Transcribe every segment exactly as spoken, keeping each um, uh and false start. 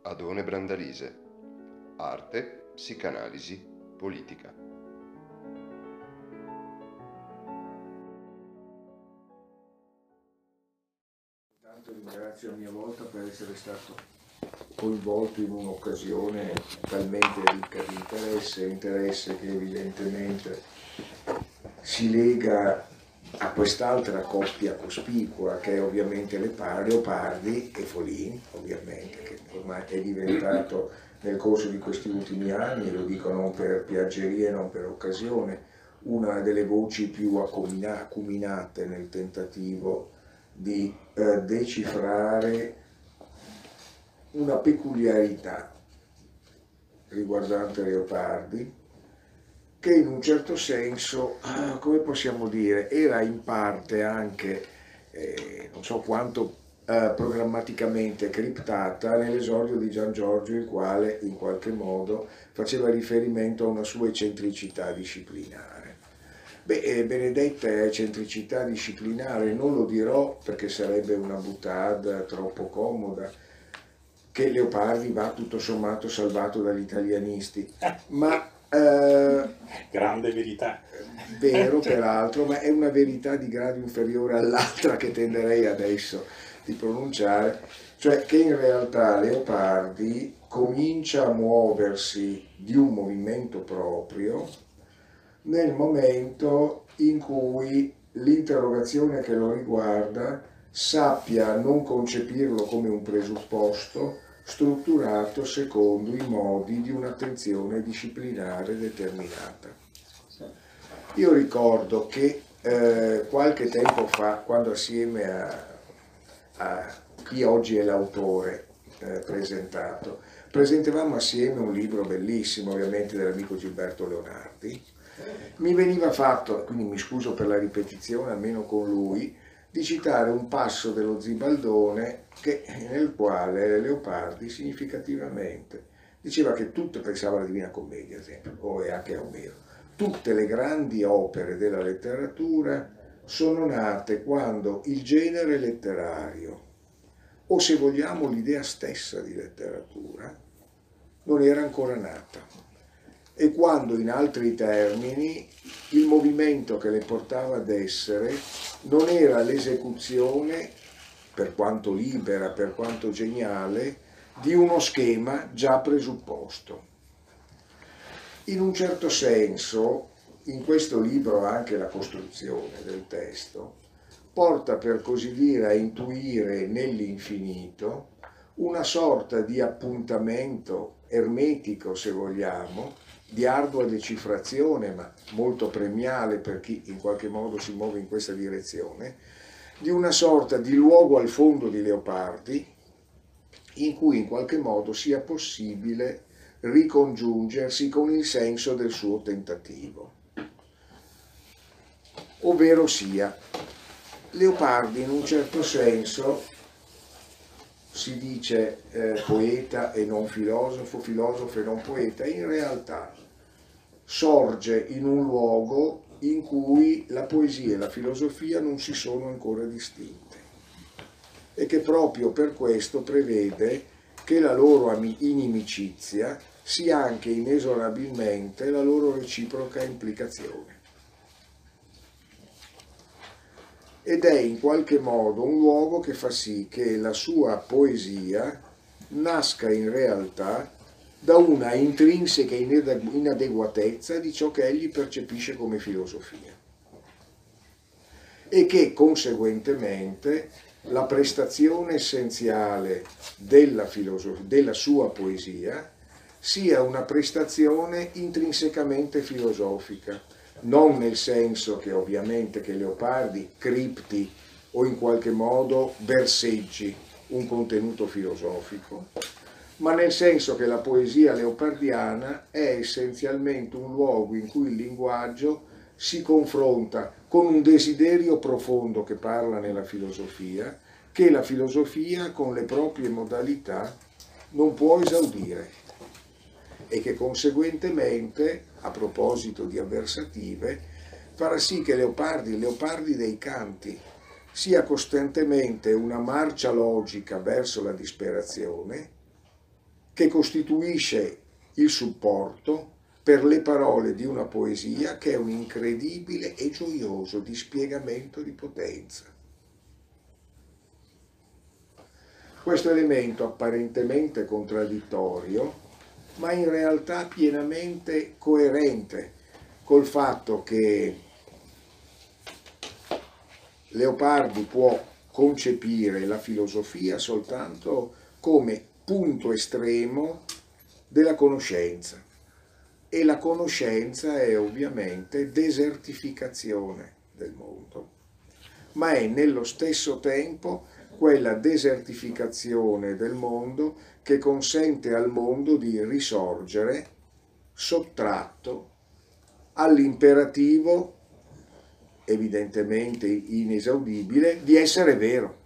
Adone Brandalise. Arte, psicanalisi, politica. Intanto ringrazio a mia volta per essere stato coinvolto in un'occasione talmente ricca di interesse, interesse che evidentemente si lega a quest'altra coppia cospicua che è ovviamente Leopardi e Folin, ovviamente, che ormai è diventato nel corso di questi ultimi anni, e lo dico non per piaggeria e non per occasione, una delle voci più acuminate nel tentativo di eh, decifrare una peculiarità riguardante Leopardi, che in un certo senso, come possiamo dire, era in parte anche, eh, non so quanto eh, programmaticamente criptata nell'esordio di Gian Giorgio, il quale in qualche modo faceva riferimento a una sua eccentricità disciplinare. Beh, benedetta eccentricità disciplinare, non lo dirò perché sarebbe una boutade troppo comoda, che Leopardi va tutto sommato salvato dagli italianisti, ma eh, grande verità. Vero peraltro, ma è una verità di grado inferiore all'altra che tenderei adesso di pronunciare, cioè che in realtà Leopardi comincia a muoversi di un movimento proprio nel momento in cui l'interrogazione che lo riguarda sappia non concepirlo come un presupposto strutturato secondo i modi di un'attenzione disciplinare determinata. Io ricordo che eh, qualche tempo fa, quando assieme a, a chi oggi è l'autore eh, presentato, presentavamo assieme un libro bellissimo, ovviamente dell'amico Gilberto Leonardi, mi veniva fatto, quindi mi scuso per la ripetizione, almeno con lui, di citare un passo dello Zibaldone che, nel quale Leopardi significativamente diceva che tutte, pensava alla Divina Commedia ad esempio, o anche a Omero, tutte le grandi opere della letteratura sono nate quando il genere letterario, o se vogliamo l'idea stessa di letteratura, non era ancora nata. E quando, in altri termini, il movimento che le portava ad essere non era l'esecuzione, per quanto libera, per quanto geniale, di uno schema già presupposto. In un certo senso, in questo libro anche la costruzione del testo porta, per così dire, a intuire nell'infinito una sorta di appuntamento ermetico, se vogliamo, di ardua decifrazione, ma molto premiale per chi in qualche modo si muove in questa direzione, di una sorta di luogo al fondo di Leopardi in cui in qualche modo sia possibile ricongiungersi con il senso del suo tentativo. Ovvero sia, Leopardi in un certo senso si dice eh, poeta e non filosofo, filosofo e non poeta, in realtà sorge in un luogo in cui la poesia e la filosofia non si sono ancora distinte e che proprio per questo prevede che la loro inimicizia sia anche inesorabilmente la loro reciproca implicazione. Ed è in qualche modo un luogo che fa sì che la sua poesia nasca in realtà da una intrinseca inadeguatezza di ciò che egli percepisce come filosofia e che conseguentemente la prestazione essenziale della, della sua poesia sia una prestazione intrinsecamente filosofica, non nel senso che ovviamente che Leopardi cripti o in qualche modo verseggi un contenuto filosofico, ma nel senso che la poesia leopardiana è essenzialmente un luogo in cui il linguaggio si confronta con un desiderio profondo che parla nella filosofia, che la filosofia con le proprie modalità non può esaudire e che conseguentemente, a proposito di avversative, farà sì che Leopardi, Leopardi dei canti, sia costantemente una marcia logica verso la disperazione che costituisce il supporto per le parole di una poesia che è un incredibile e gioioso dispiegamento di potenza. Questo elemento apparentemente contraddittorio, ma in realtà pienamente coerente col fatto che Leopardi può concepire la filosofia soltanto come punto estremo della conoscenza, e la conoscenza è ovviamente desertificazione del mondo, ma è nello stesso tempo quella desertificazione del mondo che consente al mondo di risorgere sottratto all'imperativo, evidentemente inesaudibile, di essere vero.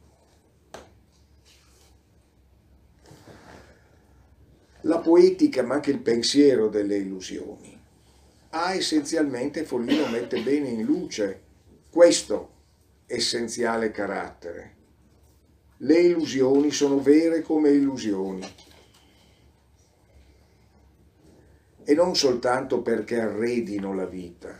La poetica, ma anche il pensiero delle illusioni, ha essenzialmente, Follino mette bene in luce questo essenziale carattere. Le illusioni sono vere come illusioni, e non soltanto perché arredino la vita,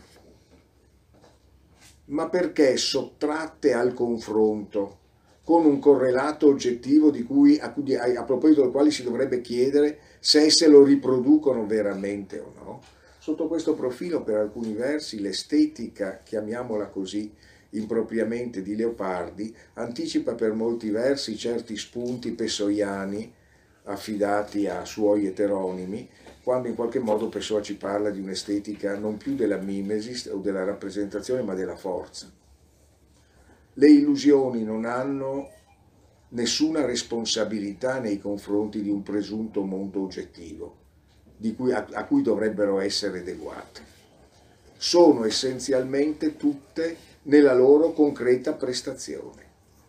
ma perché sottratte al confronto con un correlato oggettivo di cui, a, cui, a proposito del quale si dovrebbe chiedere se esse lo riproducono veramente o no. Sotto questo profilo, per alcuni versi, l'estetica, chiamiamola così, impropriamente di Leopardi, anticipa per molti versi certi spunti pessoiani affidati a suoi eteronimi, quando in qualche modo Pessoa ci parla di un'estetica non più della mimesis o della rappresentazione, ma della forza. Le illusioni non hanno nessuna responsabilità nei confronti di un presunto mondo oggettivo, di cui, a, a cui dovrebbero essere adeguate. Sono essenzialmente tutte nella loro concreta prestazione.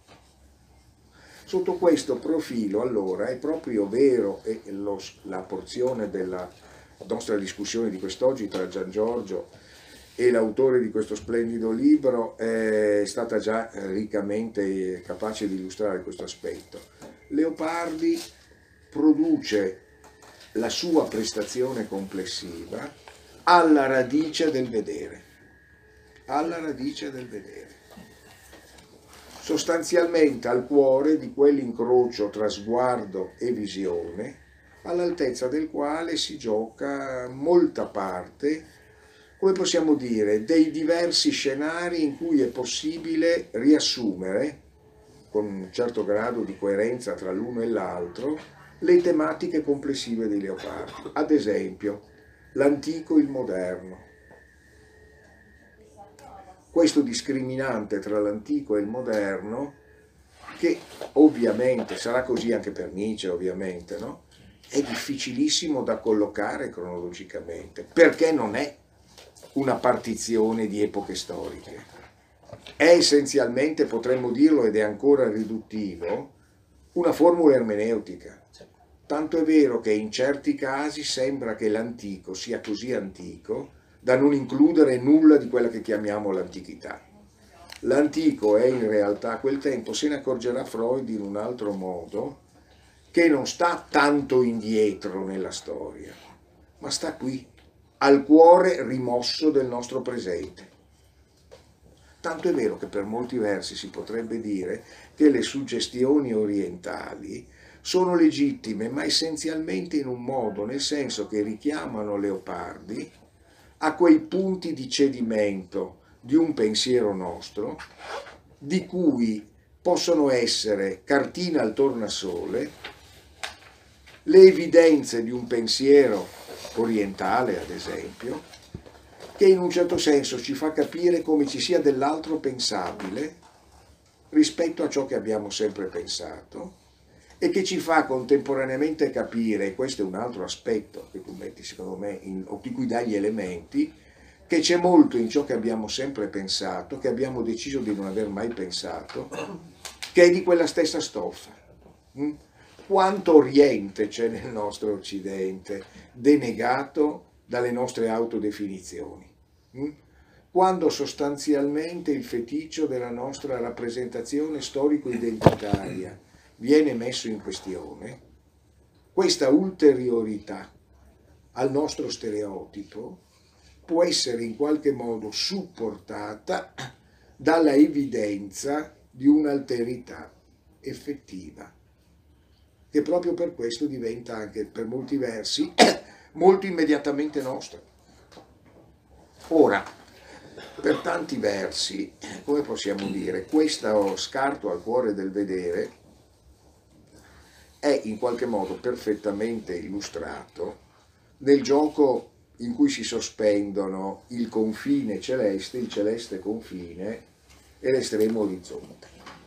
Sotto questo profilo, allora, è proprio vero, e lo, la porzione della nostra discussione di quest'oggi tra Gian Giorgio e l'autore di questo splendido libro è stata già riccamente capace di illustrare questo aspetto. Leopardi produce la sua prestazione complessiva alla radice del vedere, alla radice del vedere. Sostanzialmente al cuore di quell'incrocio tra sguardo e visione, all'altezza del quale si gioca molta parte, come possiamo dire, dei diversi scenari in cui è possibile riassumere, con un certo grado di coerenza tra l'uno e l'altro, le tematiche complessive di Leopardi. Ad esempio, l'antico e il moderno. Questo discriminante tra l'antico e il moderno, che ovviamente sarà così anche per Nietzsche, ovviamente, no? È difficilissimo da collocare cronologicamente, perché non è una partizione di epoche storiche. È essenzialmente, potremmo dirlo, ed è ancora riduttivo, una formula ermeneutica. Tanto è vero che in certi casi sembra che l'antico sia così antico da non includere nulla di quella che chiamiamo l'antichità. L'antico è in realtà a quel tempo, se ne accorgerà Freud in un altro modo, che non sta tanto indietro nella storia, ma sta qui, al cuore rimosso del nostro presente. Tanto è vero che per molti versi si potrebbe dire che le suggestioni orientali sono legittime, ma essenzialmente in un modo, nel senso che richiamano Leopardi a quei punti di cedimento di un pensiero nostro, di cui possono essere cartina al tornasole le evidenze di un pensiero orientale, ad esempio, che in un certo senso ci fa capire come ci sia dell'altro pensabile rispetto a ciò che abbiamo sempre pensato, e che ci fa contemporaneamente capire, e questo è un altro aspetto che tu metti secondo me, in, o di cui dai gli elementi, che c'è molto in ciò che abbiamo sempre pensato, che abbiamo deciso di non aver mai pensato, che è di quella stessa stoffa. Mm? Quanto Oriente c'è nel nostro Occidente, denegato dalle nostre autodefinizioni. Mm? Quando sostanzialmente il feticcio della nostra rappresentazione storico-identitaria viene messo in questione, questa ulteriorità al nostro stereotipo può essere in qualche modo supportata dalla evidenza di un'alterità effettiva, che proprio per questo diventa anche per molti versi molto immediatamente nostra. Ora, per tanti versi, come possiamo dire, questo scarto al cuore del vedere è in qualche modo perfettamente illustrato nel gioco in cui si sospendono il confine celeste, il celeste confine e l'estremo orizzonte.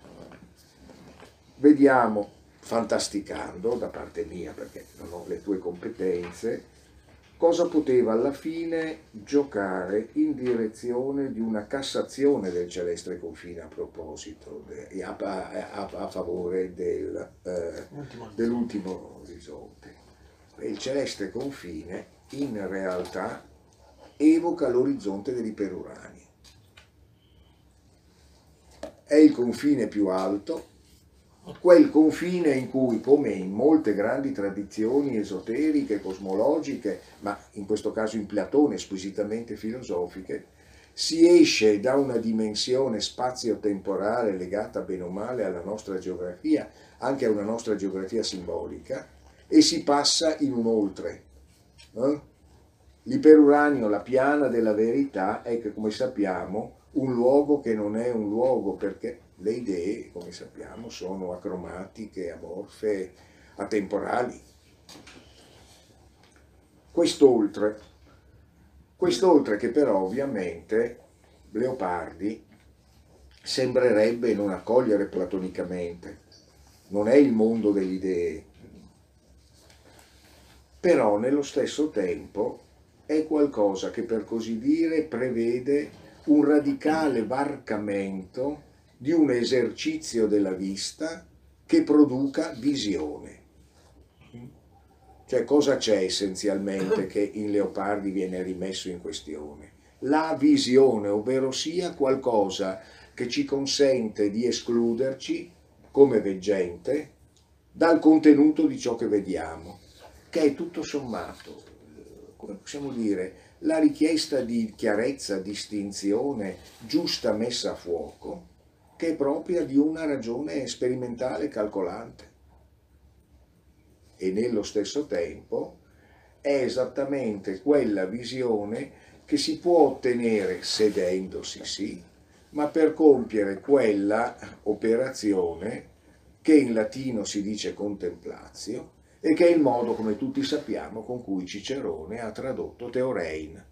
Vediamo, fantasticando da parte mia, perché non ho le tue competenze, cosa poteva alla fine giocare in direzione di una cassazione del celeste confine a proposito e a, a, a favore del, eh, dell'ultimo orizzonte. Il celeste confine in realtà evoca l'orizzonte dell'iperuranio. È il confine più alto, quel confine in cui, come in molte grandi tradizioni esoteriche, cosmologiche, ma in questo caso in Platone squisitamente filosofiche, si esce da una dimensione spazio-temporale legata bene o male alla nostra geografia, anche a una nostra geografia simbolica, e si passa in un oltre. Eh? L'iperuranio, la piana della verità, è che, come sappiamo, un luogo che non è un luogo, perché le idee, come sappiamo, sono acromatiche, amorfe, atemporali. Quest'oltre, quest'oltre che però ovviamente Leopardi sembrerebbe non accogliere platonicamente, non è il mondo delle idee, però nello stesso tempo è qualcosa che, per così dire, prevede un radicale varcamento di un esercizio della vista che produca visione. Cioè, cosa c'è essenzialmente che in Leopardi viene rimesso in questione? La visione, ovvero sia qualcosa che ci consente di escluderci, come veggente, dal contenuto di ciò che vediamo, che è tutto sommato, come possiamo dire, la richiesta di chiarezza, distinzione, giusta messa a fuoco, che è propria di una ragione sperimentale calcolante. E nello stesso tempo è esattamente quella visione che si può ottenere sedendosi, sì, ma per compiere quella operazione che in latino si dice contemplatio, e che è il modo, come tutti sappiamo, con cui Cicerone ha tradotto Theorein.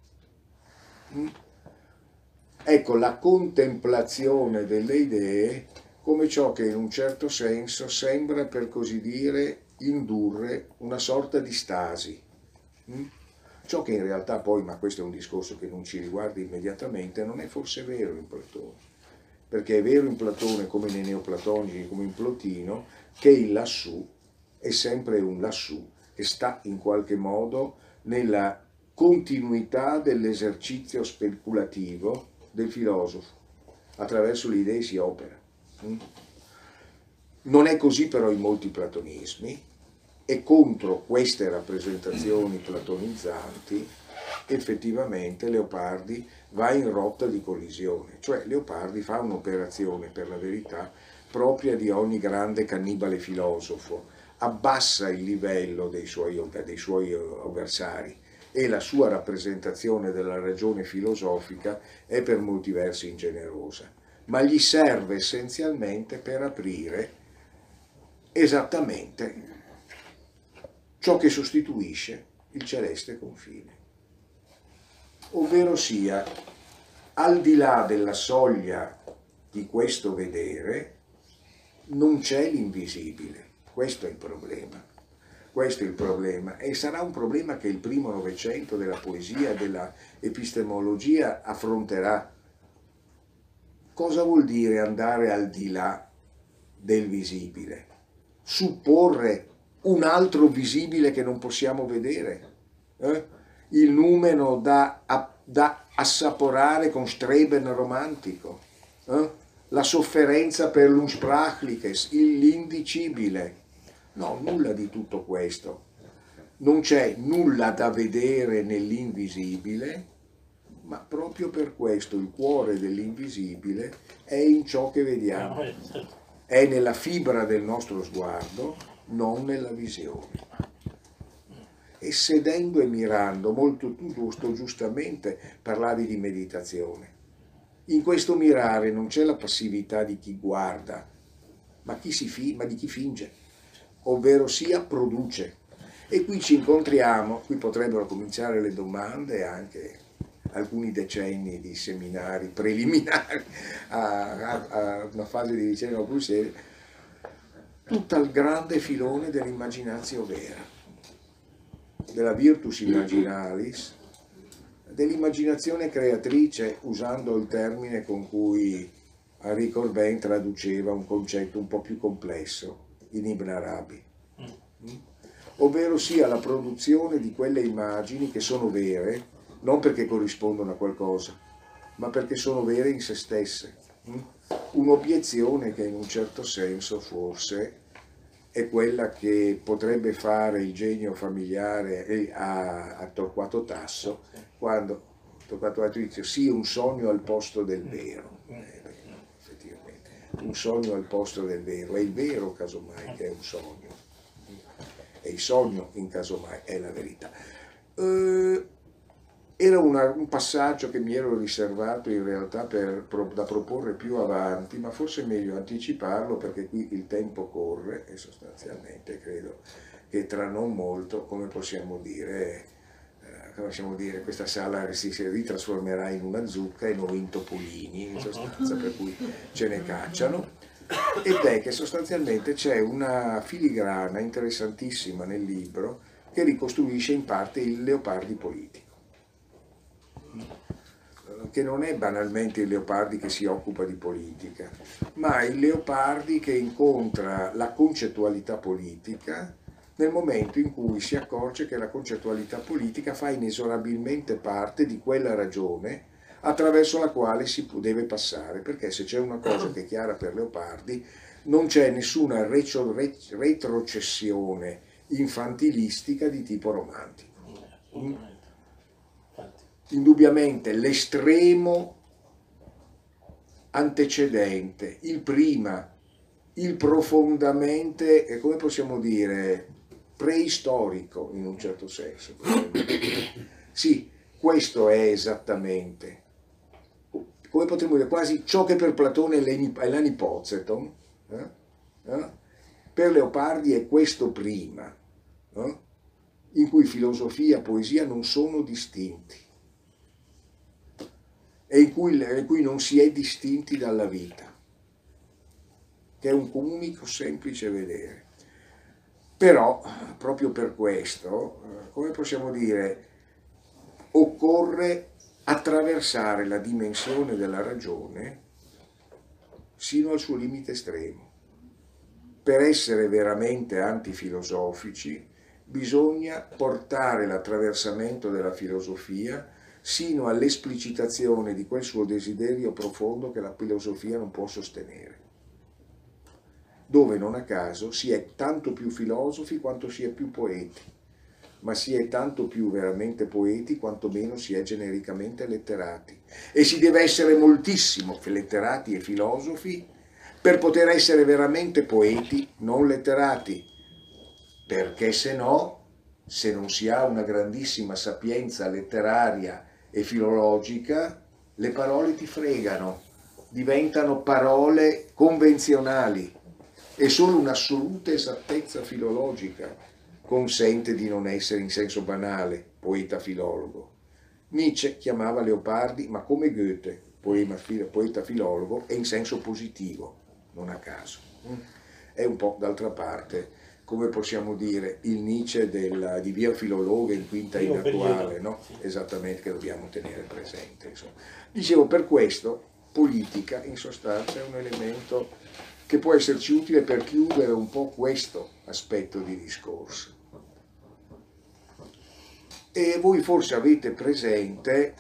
Ecco, la contemplazione delle idee come ciò che in un certo senso sembra, per così dire, indurre una sorta di stasi. Ciò che in realtà poi, ma questo è un discorso che non ci riguarda immediatamente, non è forse vero in Platone. Perché è vero in Platone, come nei neoplatonici, come in Plotino, che il lassù è sempre un lassù che sta in qualche modo nella continuità dell'esercizio speculativo del filosofo. Attraverso le idee si opera. Non è così però in molti platonismi, e contro queste rappresentazioni platonizzanti effettivamente Leopardi va in rotta di collisione. Cioè Leopardi fa un'operazione, per la verità, propria di ogni grande cannibale filosofo, abbassa il livello dei suoi, dei suoi avversari, e la sua rappresentazione della ragione filosofica è per molti versi ingenerosa, ma gli serve essenzialmente per aprire esattamente ciò che sostituisce il celeste confine, ovvero sia, al di là della soglia di questo vedere non c'è l'invisibile. Questo è il problema. Questo è il problema, e sarà un problema che il primo Novecento della poesia e della epistemologia affronterà. Cosa vuol dire andare al di là del visibile? Supporre un altro visibile che non possiamo vedere? Eh? Il numeno da, da assaporare con Streben romantico? Eh? La sofferenza per l'unsprachliches, l'indicibile. No, nulla di tutto questo. Non c'è nulla da vedere nell'invisibile, ma proprio per questo il cuore dell'invisibile è in ciò che vediamo, è nella fibra del nostro sguardo, non nella visione. E sedendo e mirando, molto tu giusto, giustamente parlavi di meditazione. In questo mirare non c'è la passività di chi guarda, ma, chi si fi- ma di chi finge, ovvero sia produce. E qui ci incontriamo, qui potrebbero cominciare le domande, anche alcuni decenni di seminari preliminari a, a, a una fase di ricerca più seria, tutto il grande filone dell'immaginazio vera, della virtus imaginalis, dell'immaginazione creatrice, usando il termine con cui Henri Corbin traduceva un concetto un po' più complesso in Ibn Arabi, ovvero sia la produzione di quelle immagini che sono vere, non perché corrispondono a qualcosa, ma perché sono vere in se stesse. Un'obiezione che in un certo senso forse è quella che potrebbe fare il genio familiare a, a Torquato Tasso, quando Torquato Tasso dice sì, un sogno al posto del vero. Eh, effettivamente, un sogno al posto del vero, è il vero casomai che è un sogno, e il sogno in casomai è la verità. Eh, era una, un passaggio che mi ero riservato in realtà per, da proporre più avanti, ma forse è meglio anticiparlo perché qui il tempo corre e sostanzialmente credo che tra non molto, come possiamo dire, eh, come possiamo dire questa sala si, si ritrasformerà in una zucca e noi in topolini, in sostanza, per cui ce ne cacciano. Ed è che sostanzialmente c'è una filigrana interessantissima nel libro che ricostruisce in parte il Leopardi politico, che non è banalmente il Leopardi che si occupa di politica, ma il Leopardi che incontra la concettualità politica nel momento in cui si accorge che la concettualità politica fa inesorabilmente parte di quella ragione attraverso la quale si deve passare, perché se c'è una cosa che è chiara per Leopardi, non c'è nessuna retrocessione infantilistica di tipo romantico. Indubbiamente l'estremo antecedente, il prima, il profondamente, come possiamo dire, preistorico in un certo senso. Sì, questo è esattamente, come potremmo dire, quasi ciò che per Platone è l'anipozeton, eh? eh? per Leopardi è questo prima, eh? in cui filosofia e poesia non sono distinti e in cui, in cui non si è distinti dalla vita, che è un unico semplice vedere. Però, proprio per questo, come possiamo dire, occorre attraversare la dimensione della ragione sino al suo limite estremo. Per essere veramente antifilosofici bisogna portare l'attraversamento della filosofia sino all'esplicitazione di quel suo desiderio profondo che la filosofia non può sostenere, dove non a caso si è tanto più filosofi quanto si è più poeti, ma si è tanto più veramente poeti quanto meno si è genericamente letterati. E si deve essere moltissimo letterati e filosofi per poter essere veramente poeti non letterati, perché se no, se non si ha una grandissima sapienza letteraria e filologica, le parole ti fregano, diventano parole convenzionali e solo un'assoluta esattezza filologica consente di non essere in senso banale poeta-filologo. Nietzsche chiamava Leopardi, ma come Goethe, poeta-filologo, e in senso positivo, non a caso. È un po' d'altra parte, come possiamo dire, il Nietzsche della, di Via Filologa in quinta in attuale, no? Esattamente, che dobbiamo tenere presente. Insomma. Dicevo, per questo, politica in sostanza è un elemento che può esserci utile per chiudere un po' questo aspetto di discorso. E voi forse avete presente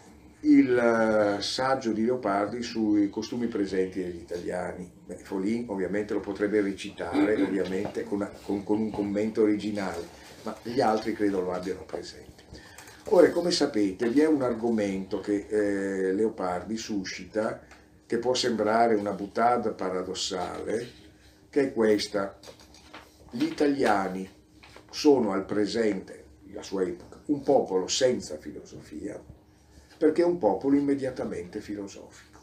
il saggio di Leopardi sui costumi presenti degli italiani. Beh, Folin ovviamente lo potrebbe recitare, ovviamente con, una, con, con un commento originale, ma gli altri credo lo abbiano presente. Ora, come sapete, vi è un argomento che eh, Leopardi suscita, che può sembrare una boutade paradossale, che è questa: gli italiani sono al presente, la sua epoca, un popolo senza filosofia, perché è un popolo immediatamente filosofico.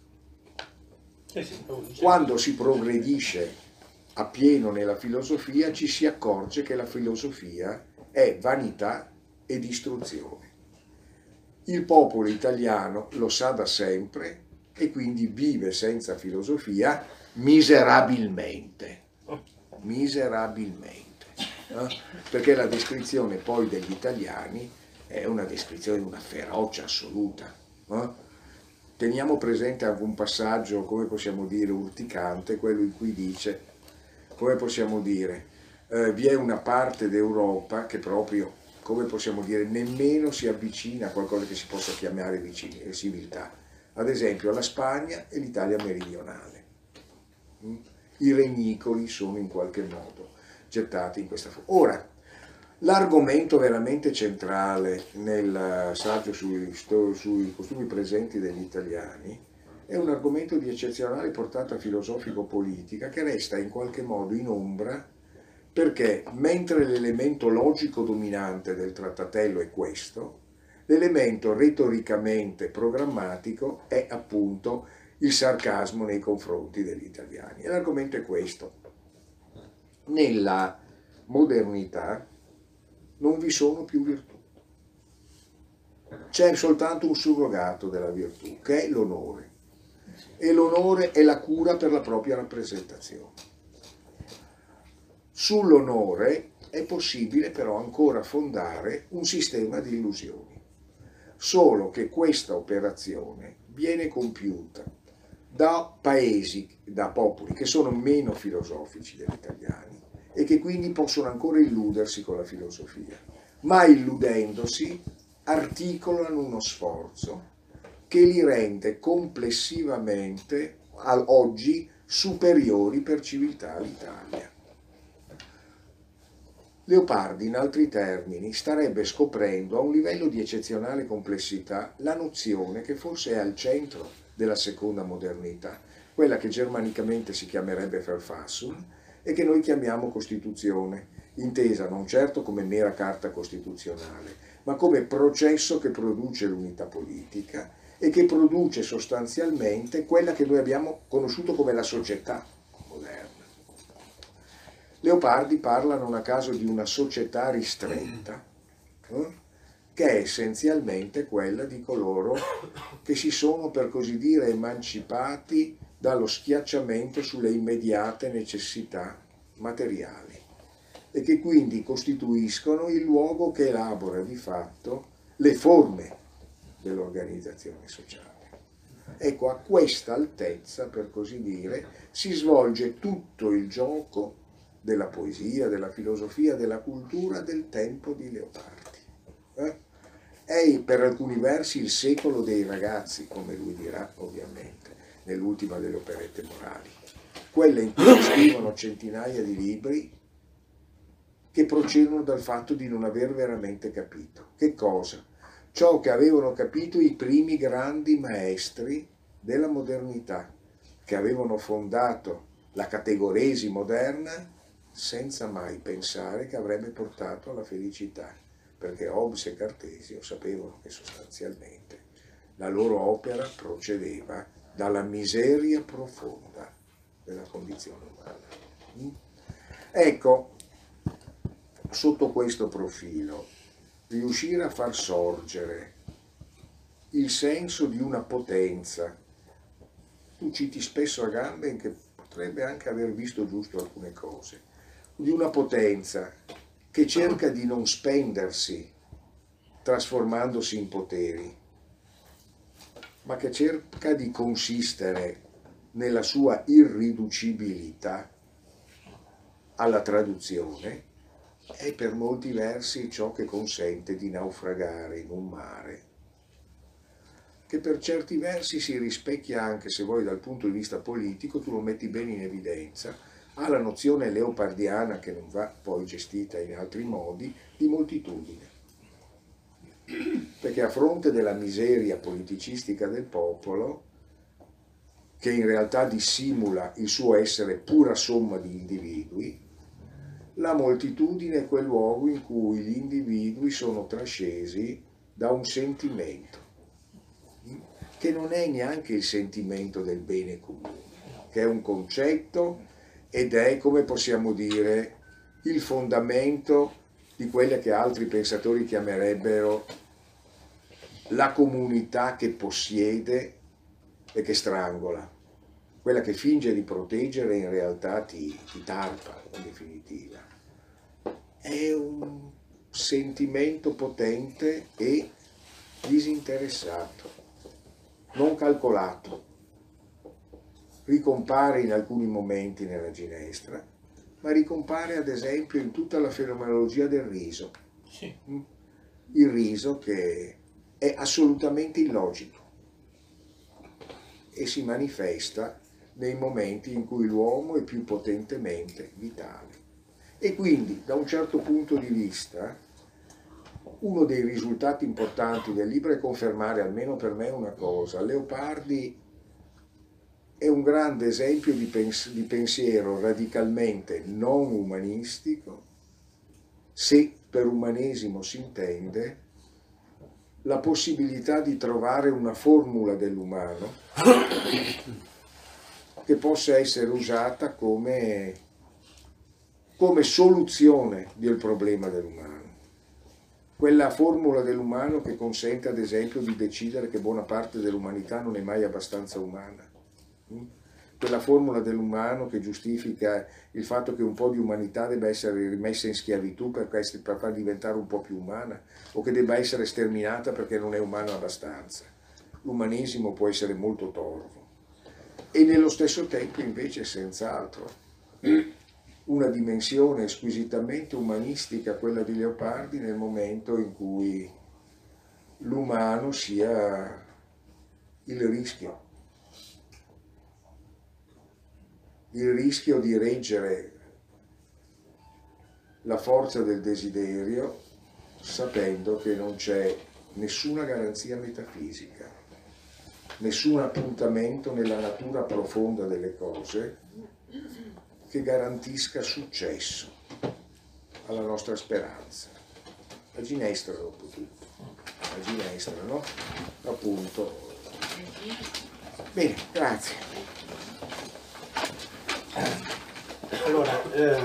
Quando si progredisce appieno nella filosofia, ci si accorge che la filosofia è vanità e distruzione. Il popolo italiano lo sa da sempre e quindi vive senza filosofia miserabilmente. Miserabilmente. Eh? Perché la descrizione poi degli italiani è una descrizione di una ferocia assoluta. Eh? Teniamo presente anche un passaggio, come possiamo dire, urticante, quello in cui dice, come possiamo dire, eh, vi è una parte d'Europa che proprio, come possiamo dire, nemmeno si avvicina a qualcosa che si possa chiamare vicini, civiltà. Ad esempio la Spagna e l'Italia meridionale. Mm? I regnicoli sono in qualche modo gettati in questa forma. Ora, l'argomento veramente centrale nel saggio sui, sui costumi presenti degli italiani è un argomento di eccezionale portata filosofico-politica che resta in qualche modo in ombra, perché mentre l'elemento logico dominante del trattatello è questo, l'elemento retoricamente programmatico è appunto il sarcasmo nei confronti degli italiani. E l'argomento è questo: nella modernità non vi sono più virtù. C'è soltanto un surrogato della virtù, che è l'onore. E l'onore è la cura per la propria rappresentazione. Sull'onore è possibile però ancora fondare un sistema di illusioni. Solo che questa operazione viene compiuta da paesi, da popoli che sono meno filosofici degli italiani e che quindi possono ancora illudersi con la filosofia, ma illudendosi articolano uno sforzo che li rende complessivamente ad oggi superiori per civiltà all'Italia. Leopardi, in altri termini, starebbe scoprendo a un livello di eccezionale complessità la nozione che forse è al centro della seconda modernità, quella che germanicamente si chiamerebbe Verfassung e che noi chiamiamo Costituzione, intesa non certo come mera carta costituzionale, ma come processo che produce l'unità politica e che produce sostanzialmente quella che noi abbiamo conosciuto come la società moderna. Leopardi parla non a caso di una società ristretta, eh, che è essenzialmente quella di coloro che si sono, per così dire, emancipati dallo schiacciamento sulle immediate necessità materiali e che quindi costituiscono il luogo che elabora di fatto le forme dell'organizzazione sociale. Ecco, a questa altezza, per così dire, si svolge tutto il gioco della poesia, della filosofia, della cultura del tempo di Leopardi. Eh? È per alcuni versi il secolo dei ragazzi, come lui dirà ovviamente, nell'ultima delle operette morali, quelle in cui si scrivono centinaia di libri che procedono dal fatto di non aver veramente capito. Che cosa? Ciò che avevano capito i primi grandi maestri della modernità, che avevano fondato la categoresi moderna senza mai pensare che avrebbe portato alla felicità, perché Hobbes e Cartesio sapevano che sostanzialmente la loro opera procedeva dalla miseria profonda della condizione umana. Ecco, sotto questo profilo, riuscire a far sorgere il senso di una potenza, tu citi spesso Agamben che potrebbe anche aver visto giusto alcune cose, di una potenza che cerca di non spendersi trasformandosi in poteri, ma che cerca di consistere nella sua irriducibilità alla traduzione, è per molti versi ciò che consente di naufragare in un mare che per certi versi si rispecchia anche, se vuoi, dal punto di vista politico, tu lo metti bene in evidenza, ha la nozione leopardiana, che non va poi gestita in altri modi, di moltitudine. Perché a fronte della miseria politicistica del popolo, che in realtà dissimula il suo essere pura somma di individui, la moltitudine è quel luogo in cui gli individui sono trascesi da un sentimento, che non è neanche il sentimento del bene comune, che è un concetto ed è, come possiamo dire, il fondamento di quelle che altri pensatori chiamerebbero la comunità che possiede e che strangola, quella che finge di proteggere e in realtà ti, ti tarpa, in definitiva. È un sentimento potente e disinteressato, non calcolato. Ricompare in alcuni momenti nella ginestra, ma ricompare ad esempio in tutta la fenomenologia del riso. Sì. Il riso che è assolutamente illogico e si manifesta nei momenti in cui l'uomo è più potentemente vitale. E quindi, da un certo punto di vista, uno dei risultati importanti del libro è confermare, almeno per me, una cosa: Leopardi è un grande esempio di, pens- di pensiero radicalmente non umanistico, se per umanesimo si intende la possibilità di trovare una formula dell'umano che possa essere usata come, come soluzione del problema dell'umano. Quella formula dell'umano che consente ad esempio di decidere che buona parte dell'umanità non è mai abbastanza umana. Quella formula dell'umano che giustifica il fatto che un po' di umanità debba essere rimessa in schiavitù per, per far diventare un po' più umana, o che debba essere sterminata perché non è umana abbastanza. L'umanesimo può essere molto torvo. E nello stesso tempo invece senz'altro una dimensione squisitamente umanistica, quella di Leopardi, nel momento in cui l'umano sia il rischio. Il rischio di reggere la forza del desiderio sapendo che non c'è nessuna garanzia metafisica, nessun appuntamento nella natura profonda delle cose che garantisca successo alla nostra speranza. La ginestra dopo tutto, la ginestra, no? Appunto. Bene, grazie. Allora, eh,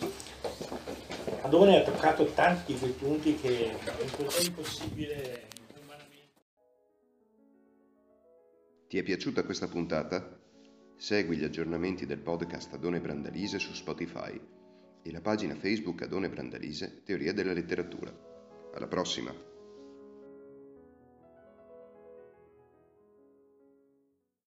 Adone ha toccato tanti di quei punti che è impossibile umanamente. Ti è piaciuta questa puntata? Segui gli aggiornamenti del podcast Adone Brandalise su Spotify e la pagina Facebook Adone Brandalise Teoria della letteratura. Alla prossima!